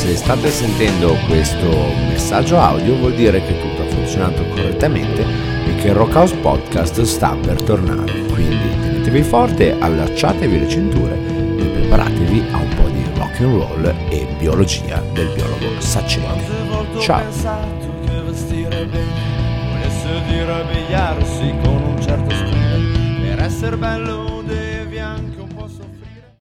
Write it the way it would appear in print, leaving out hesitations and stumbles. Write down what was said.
Se state sentendo questo messaggio audio vuol dire che tutto ha funzionato correttamente e che il Rockhouse Podcast sta per tornare. Quindi tenetevi forte, allacciatevi le cinture e preparatevi a un po' di rock and roll e biologia del biologo Saccenti. Ciao! Che vestire bene volesse dire abbigliarsi con un certo stile, per essere bello devi anche un